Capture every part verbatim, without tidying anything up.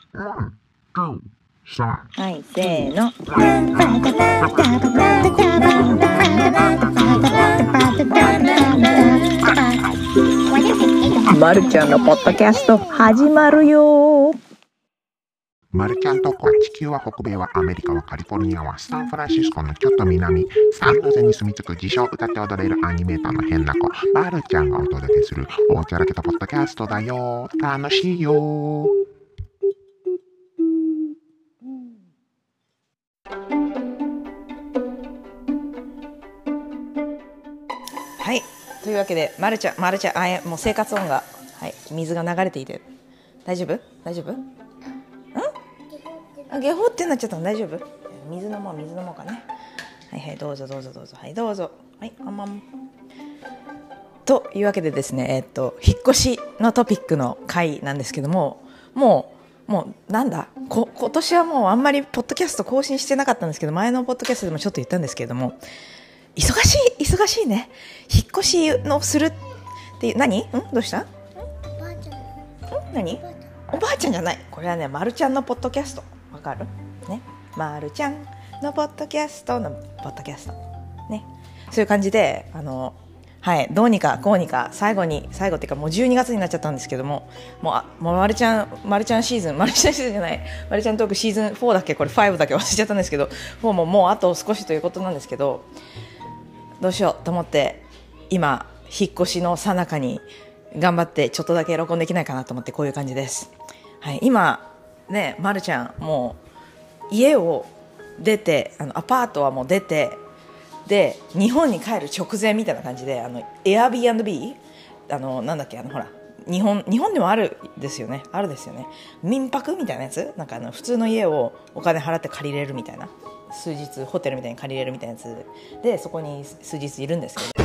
はい、せーの。まるちゃんのポッドキャスト始まるよ。 マルちゃんトークは地球は北米はアメリカはカリフォルニアはサンフランシスコのちょっと南サンノゼに住み着く自称歌って踊れるアニメーターの変な子マルちゃんがお届けするおちゃらけたポッドキャストだよ。楽しいよ。 はい、というわけでまるちゃんまるちゃんあやもう生活音が、はい、水が流れていて大丈夫大丈夫んあゲホってなっちゃったの大丈夫水飲もう水飲もうかね。はいはいどうぞどうぞどうぞはいどうぞはいあんまんというわけでですねえー、っと引っ越しのトピックの回なんですけどももうもうなんだこ今年はもうあんまりポッドキャスト更新してなかったんですけど前のポッドキャストでもちょっと言ったんですけれども忙しい忙しいね引っ越しのするっていう何んどうしたんおばあちゃんん何おばあちゃんじゃないこれはねまるちゃんのポッドキャストわかるねまるちゃんのポッドキャストのポッドキャストねそういう感じであのはいどうにかこうにか最後に最後っていうかもうじゅうにがつになっちゃったんですけどももうあもうまるちゃんまるちゃんシーズンまるちゃんシーズンじゃないまるちゃんトークシーズンフォーだっけこれファイブだけ忘れちゃったんですけどもうもうもうあと少しということなんですけどどうしようと思って今引っ越しの最中に頑張ってちょっとだけ録音できないかなと思ってこういう感じです、はい、今ねまるちゃんもう家を出てあのアパートはもう出てで日本に帰る直前みたいな感じであの Airbnb あのなんだっけあのほら日本日本でもあるですよねあるですよね民泊みたいなやつなんかあの普通の家をお金払って借りれるみたいな数日ホテルみたいに借りれるみたいなやつでそこに数日いるんですけど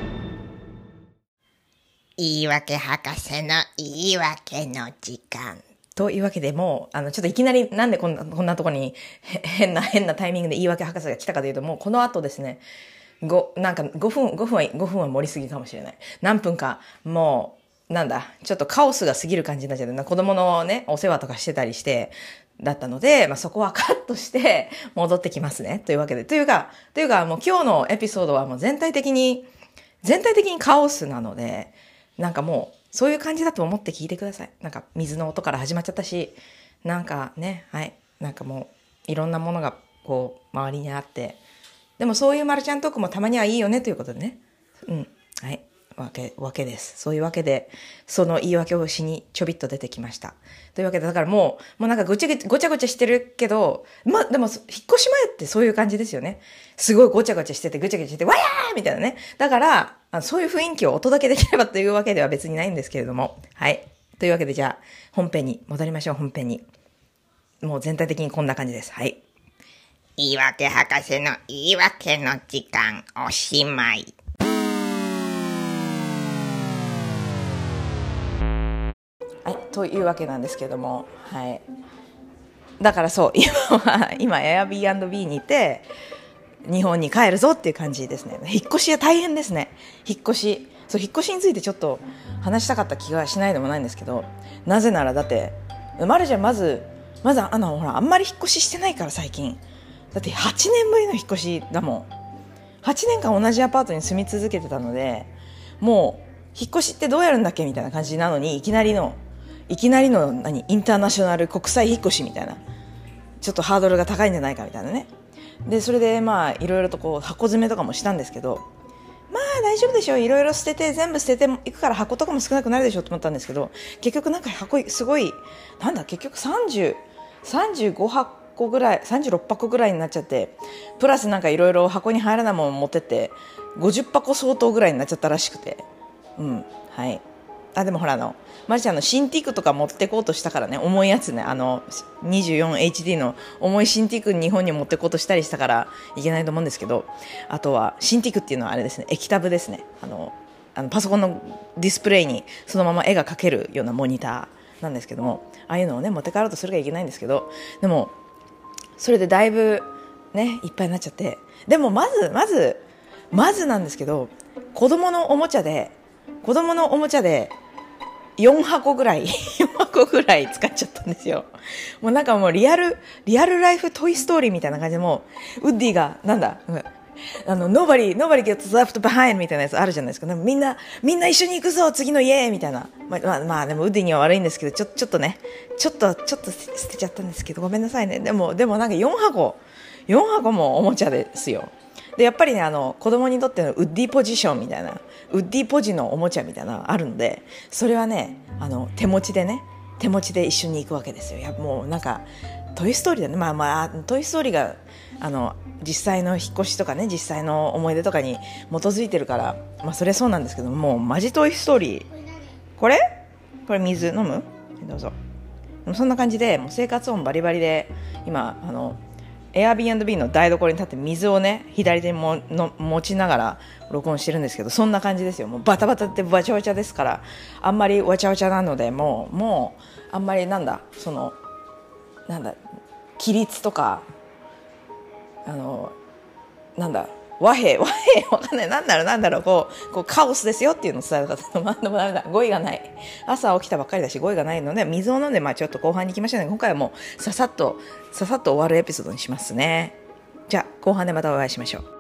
言い訳博士の言い訳の時間というわけでもうあのちょっといきなりなんでこんなこんなところに変な変なタイミングで言い訳博士が来たかというともうこの後ですねごなんかごふんごふんはごふんは盛りすぎかもしれない何分かもうなんだちょっとカオスが過ぎる感じになっちゃって子供のねお世話とかしてたりしてだったので、まあ、そこはカットして戻ってきますねというわけでというかというかもう今日のエピソードはもう全体的に全体的にカオスなのでなんかもうそういう感じだと思って聞いてください。なんか水の音から始まっちゃったしなんかねはいなんかもういろんなものがこう周りにあってでもそういうマルちゃんトークもたまにはいいよねということでねうんはいわけわけですそういうわけでその言い訳をしにちょびっと出てきましたというわけでだからもうもうなんかごちゃごちゃごちゃごちゃしてるけどまあでも引っ越し前ってそういう感じですよねすごいごちゃごちゃしててぐちゃぐちゃしててわやーみたいなねだからあそういう雰囲気をお届けできればというわけでは別にないんですけれどもはいというわけでじゃあ本編に戻りましょう本編にもう全体的にこんな感じですはい言い訳博士の言い訳の時間おしまいはい、というわけなんですけども、はい、だからそう今は今 Airbnb にいて日本に帰るぞっていう感じですね引っ越しは大変ですね引っ越しそう引っ越しについてちょっと話したかった気がしないでもないんですけどなぜならだってまるちゃんまずまずあのほらあんまり引っ越ししてないから最近だってはちねんぶりの引っ越しだもんはちねんかん同じアパートに住み続けてたのでもう引っ越しってどうやるんだっけみたいな感じなのにいきなりのいきなりの何インターナショナル国際引っ越しみたいなちょっとハードルが高いんじゃないかみたいなねでそれでまあいろいろとこう箱詰めとかもしたんですけどまあ大丈夫でしょいろいろ捨てて全部捨てていくから箱とかも少なくなるでしょと思ったんですけど結局なんか箱すごいなんだ結局さんじゅう、さんじゅうごはこぐらいさんじゅうろっぱこぐらいになっちゃってプラスなんかいろいろ箱に入らないもの持ってってごじゅっぱこ相当ぐらいになっちゃったらしくてうんはいあでもほらあのまるちゃんの新ティクとか持ってこうとしたからね重いやつねあの にじゅうよんエイチディー の重い新ティク日本に持ってこうとしたりしたからいけないと思うんですけどあとは新ティクっていうのはあれですね液タブですねあのあのパソコンのディスプレイにそのまま絵が描けるようなモニターなんですけどもああいうのをね持って帰ろうとするがいけないんですけどでもそれでだいぶねいっぱいになっちゃってでもまずまずまずなんですけど子供のおもちゃで子供のおもちゃでよんはこぐらいよんはこぐらい使っちゃったんですよ。もうなんかもうリアルリアルライフトイストーリーみたいな感じで、もうウッディがなんだあの nobody nobody gets left behind みたいなやつあるじゃないですか。みんなみんな一緒に行くぞ次の家みたいな。まあ、まあ、まあでもウッディには悪いんですけど、ちょちょっとねちょっとちょっと捨てちゃったんですけど、ごめんなさいね。でもでもなんかよんはこよんはこもおもちゃですよ。でやっぱりね、あの子供にとってのウッディポジションみたいな、ウッディポジのおもちゃみたいなのがあるんで、それはねあの手持ちでね手持ちで一緒に行くわけですよ。いやもうなんかトイストーリーだね。まあまあトイストーリーがあの実際の引っ越しとかね、実際の思い出とかに基づいてるから、まあそれはそうなんですけど、もうマジトイストーリー。これこれ水飲む？どうぞ。そんな感じでもう生活音バリバリで、今あのAirbnb の台所に立って水をね左手にもの持ちながら録音してるんですけど、そんな感じですよ。もうバタバタってわちゃわちゃですから、あんまりわちゃわちゃなので、もうもうあんまりなんだそのなんだ規律とかあのなんだ和平和平わかんない、なんだろうなんだろうこうこうカオスですよっていうのを伝えたかったの。でもダメだ、語彙がない。朝起きたばっかりだし語彙がないので、水を飲んでまあちょっと後半に行きましょうね。今回はもうささっとささっと終わるエピソードにしますね。じゃあ後半でまたお会いしましょう。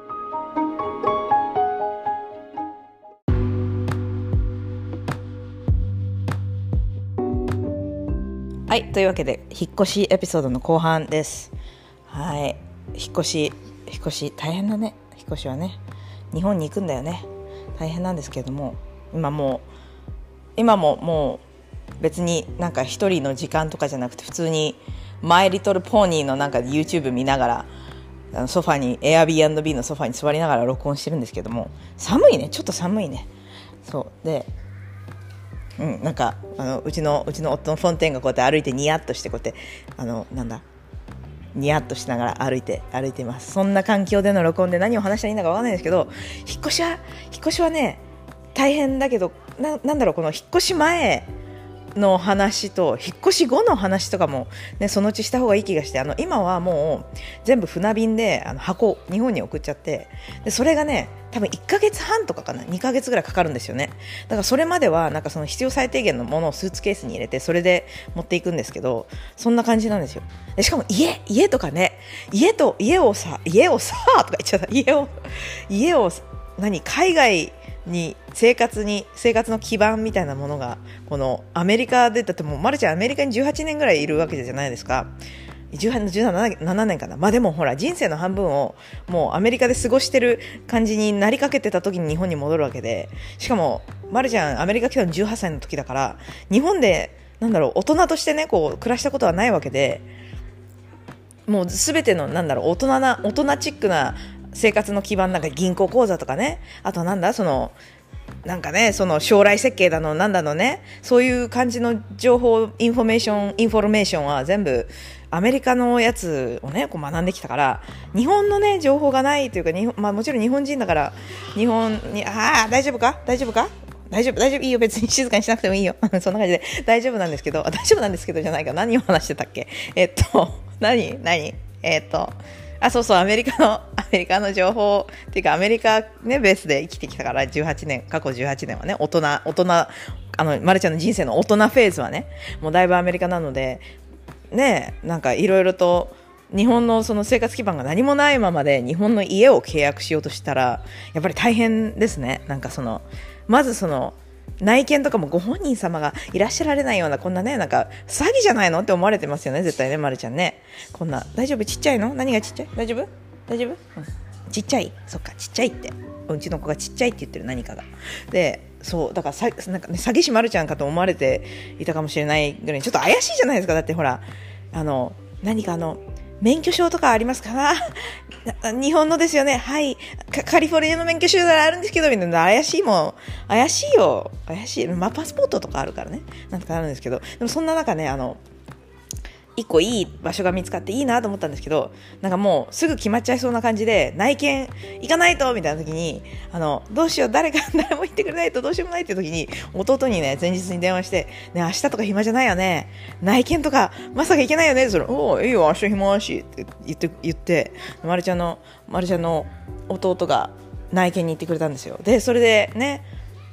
はい、というわけで引っ越しエピソードの後半です。はい、引っ越し引っ越し大変だね。引っ越しはね、日本に行くんだよね。大変なんですけれども、今もう今ももう別になんか一人の時間とかじゃなくて、普通にマイリトルポニーのなんか YouTube 見ながら、あのソファに Airbnb のソファに座りながら録音してるんですけども、寒いね、ちょっと寒いね。そうで、うん、なんかあのうちのうちの夫のフォンテンがこうやって歩いてニヤッとしてこうやってあのなんだニヤッとしながら歩いて歩いています。そんな環境での録音で何を話したらいいのか分かんないですけど、引っ越しは引っ越しはね大変だけど、 な, なんだろうこの引っ越し前の話と引っ越し後の話とかも、ね、そのうちした方がいい気がして、あの今はもう全部船便であの箱日本に送っちゃって、でそれがね多分いっかげつはんとかかなにかげつぐらいかかるんですよね。だからそれまではなんかその必要最低限のものをスーツケースに入れてそれで持っていくんですけど、そんな感じなんですよ。でしかも家家とかね、家と家をさ家をさとか言っちゃった家を家を何海外に生活に生活の基盤みたいなものがこのアメリカで、だってもうマルちゃんアメリカにじゅうはちねんぐらいいるわけじゃないですか。じゅうななねんかな。まあでもほら人生の半分をもうアメリカで過ごしてる感じになりかけてた時に日本に戻るわけで、しかもマルちゃんアメリカ来たのじゅうはっさいの時だから、日本でなんだろう大人としてねこう暮らしたことはないわけで、もうすべてのなんだろう大人な大人チックな生活の基盤なんか銀行口座とかね、あとなんだそのなんかねその将来設計だのなんだのね、そういう感じの情報インフォメーションインフォルメーションは全部アメリカのやつをねこう学んできたから、日本のね情報がないというか、日本、まあ、もちろん日本人だから日本にああ大丈夫か大丈夫か大丈夫大丈夫いいよ別に静かにしなくてもいいよそんな感じで大丈夫なんですけど、大丈夫なんですけどじゃないか、何を話してたっけ、えっと何何えっとあそうそうアメリカのアメリカの情報っていうかアメリカねベースで生きてきたからじゅうはちねん過去じゅうはちねんはね大人大人あのまるちゃんの人生の大人フェーズはねもうだいぶアメリカなのでね、なんかいろいろと日本のその生活基盤が何もないままで日本の家を契約しようとしたらやっぱり大変ですね。なんかそのまずその内見とかもご本人様がいらっしゃられないようなこんなねなんか詐欺じゃないのって思われてますよね絶対ね。まるちゃんねこんな大丈夫ちっちゃいの何がちっちゃい大丈夫大丈夫、うん、ちっちゃいそっかちっちゃいってうちの子がちっちゃいって言ってる何かがでそうだからさなんか、ね、詐欺師まるちゃんかと思われていたかもしれないぐらいちょっと怪しいじゃないですか。だってほらあの何かあの免許証とかありますか日本のですよねはいカリフォルニアの免許証ならあるんですけどみたいな怪しいもん怪しいよ怪しい、まあ、パスポートとかあるからねなんとかあるんですけどでもそんな中ねあの一個いい場所が見つかっていいなと思ったんですけどなんかもうすぐ決まっちゃいそうな感じで内見行かないとみたいな時にあのどうしよう誰か誰も行ってくれないとどうしようもないって時に弟にね前日に電話してね明日とか暇じゃないよね内見とかまさか行けないよねそれおーいいよ明日暇だしって言って言ってまるちゃんのまるちゃんの弟が内見に行ってくれたんですよ。でそれでね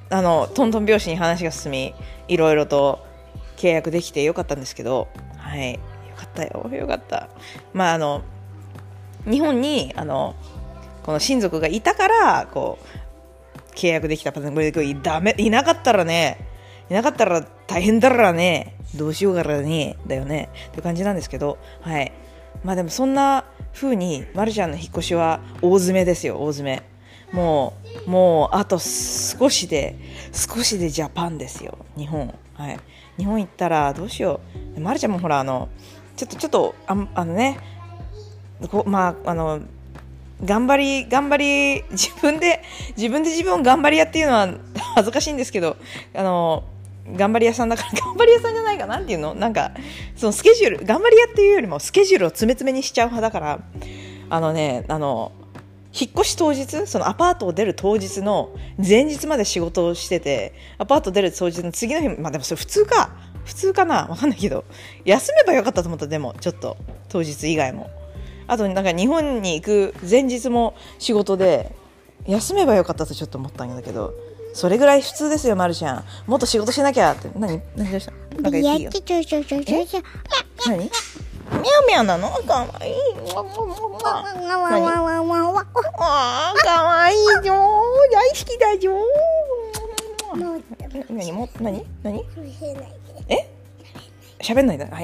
あのトントン拍子に話が進み、いろいろと契約できてよかったんですけど、はい、よかったよ、よかった。まああの日本にあのこの親族がいたからこう契約できたパターン。これこれダメ、いなかったらね、いなかったら大変だらね、どうしようからねだよねって感じなんですけど、はい。まあでもそんな風にまるちゃんの引っ越しは大詰めですよ、大詰め。もうもうあと少しで少しでジャパンですよ、日本。はい。日本行ったらどうしよう。まるちゃんもほらあのちょっとちょっとああのね、こまああの頑張り頑張り自分で自分で自分を頑張り屋っていうのは恥ずかしいんですけど、あの頑張り屋さんだから頑張り屋さんじゃないかなんていうの、なんかそのスケジュール、頑張り屋っていうよりもスケジュールを詰め詰めにしちゃう派だから、あのねあの引っ越し当日、そのアパートを出る当日の前日まで仕事をしてて、アパート出る当日の次の日、まあでもそれ普通か普通かな、わかんないけど休めばよかったと思った。でもちょっと当日以外も、あとなんか日本に行く前日も仕事で休めばよかったとちょっと思ったんだけど、それぐらい普通ですよ、まるちゃん。もっと仕事しなきゃって。何何どうした？なんか言っていいよ。何？ミャオミャオなの？かわいい。あーかわいいよ。大好きだよ。何も何何？え？喋んないで。はい。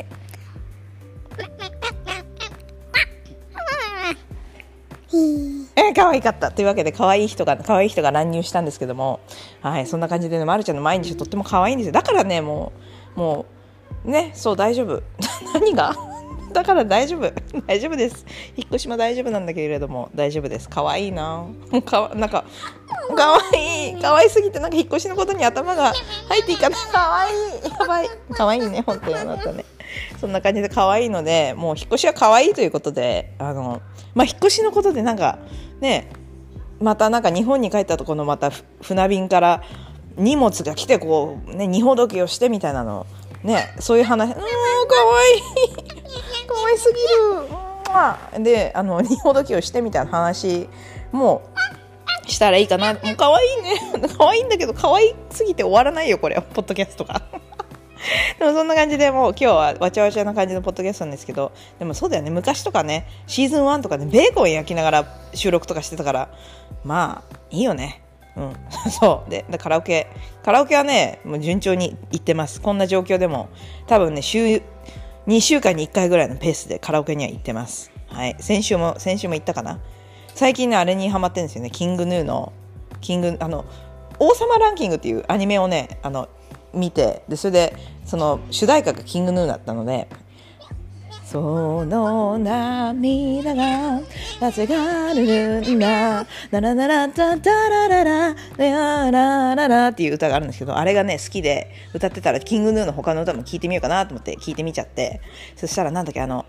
え可愛かったというわけで、可愛い人が可愛い人が乱入したんですけども、はい、そんな感じでね、まるちゃんの毎日とっても可愛いんですよ。だからね、もうもうね、そう大丈夫。何が？だから大丈夫大丈夫です。引っ越しも大丈夫なんだけれども大丈夫です。可愛いな。もうかなんか可愛い可愛すぎて、なんか引っ越しのことに頭が入っていかない。可愛いやばい可愛いね、本当にあなたね。そんな感じで可愛いので、もう引っ越しは可愛いということで、あのまあ引っ越しのことでなんかね、またなんか日本に帰ったとこのまた船便から荷物が来てこうね、荷ほどきをしてみたいなのね、そういう話、うーん可愛い可愛すぎるで、あの荷ほどきをしてみたいな話もしたらいいかな。もう可愛いね、可愛いんだけど可愛すぎて終わらないよこれポッドキャストが。でもそんな感じで、もう今日はわちゃわちゃな感じのポッドキャストなんですけど、でもそうだよね、昔とかね、シーズンワンとかね、ベーコン焼きながら収録とかしてたから、まあいいよね。うん、そうででカラオケカラオケはね、もう順調に行ってます。こんな状況でも多分ね、週にしゅうかんにいっかいぐらいのペースでカラオケには行ってます。はい、先週も先週も行ったかな。最近ね、あれにハマってるんですよね。キングヌーのキングあの王様ランキングっていうアニメをね、あの見て、でそれでその主題歌がキングヌーだったので、その涙が風がるんだララララタタラララララララっていう歌があるんですけど、あれがね好きで歌ってたら、キングヌーの他の歌も聞いてみようかなと思って聞いてみちゃって、そしたらなんだっけ、あの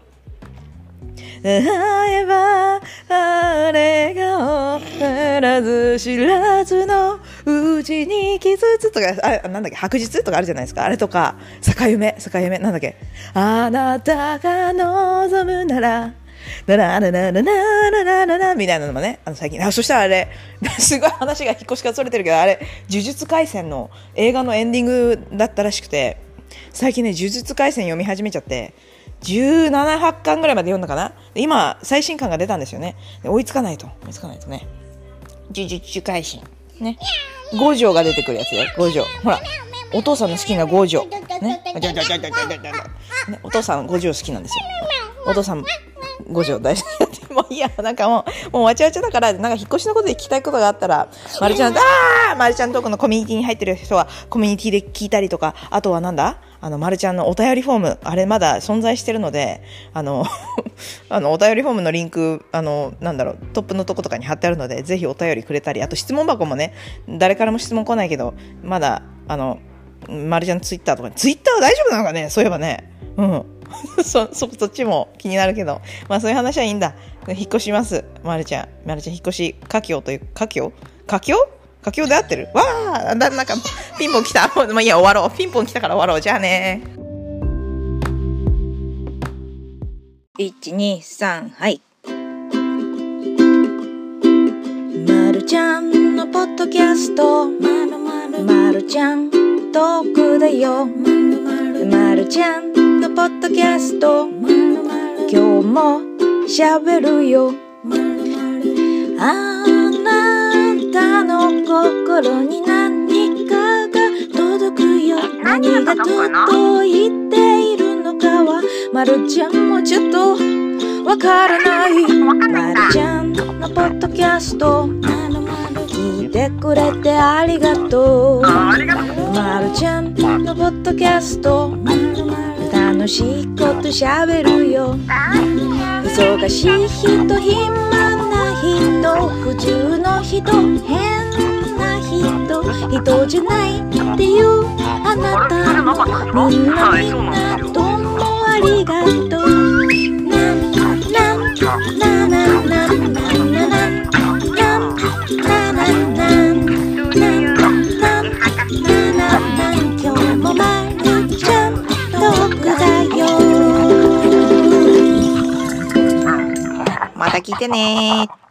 会えばあれが知らず知らずのうちに傷つとか、あなんだっけ、白日とかあるじゃないですか。あれとか坂夢坂夢なんだっけ、あなたが望むならララララララララララみたいなのもね、あの最近、あそしたらあれすごい話が引っ越しからそれてるけど、あれ呪術廻戦の映画のエンディングだったらしくて、最近ね呪術廻戦読み始めちゃって、じゅうななはっかんぐらいまで読んだかな。今最新刊が出たんですよね。追いつかないと追いつかないとね。呪術廻戦ね、五条が出てくるやつよ。五条、ほらお父さんの好きな五条ね、ね、お父さん五条好きなんですよ。お父さん五条大好き。もういいや、なんかもうもうわちゃわちゃだから、なんか引っ越しのことで聞きたいことがあったら、まるちゃんあーまるちゃんとこのコミュニティに入ってる人はコミュニティで聞いたりとか、あとはなんだ、あのまるちゃんのお便りフォーム、あれまだ存在してるので、あのあのお便りフォームのリンク、あのなんだろう、トップのとことかに貼ってあるので、ぜひお便りくれたり、あと質問箱もね、誰からも質問来ないけど、まだあのまるちゃんツイッターとか、ツイッターは大丈夫なのかね、そういえばね、うんそ, そ, そっちも気になるけど、まあそういう話はいいんだ。引っ越します、まるちゃん。まるちゃん引っ越し佳境という佳境佳境佳境で合ってるわあ。だなんかピンポン来た。もういいや、終わろう。ピンポン来たから終わろう。じゃあね。いちにさんはい。まるちゃんのポッドキャスト、まるまるまちゃんトークだよ。まるちゃんのポッドキャスト、今日もしゃべるよ。あなたの心に何かが届くよ。何が届いているのかはまるちゃんもちょっとわからない。まるちゃんのポッドキャスト聞いてくれてありがとう。まるちゃんのポッドキャスト楽しいことしゃべるよ。忙しい人、暇な人、普通の人、変な人、人じゃないっていうあなたもみんなみんなどうもありがとう。なんなんなななななななん今日もまるちゃんトークだよ。また聞いてね。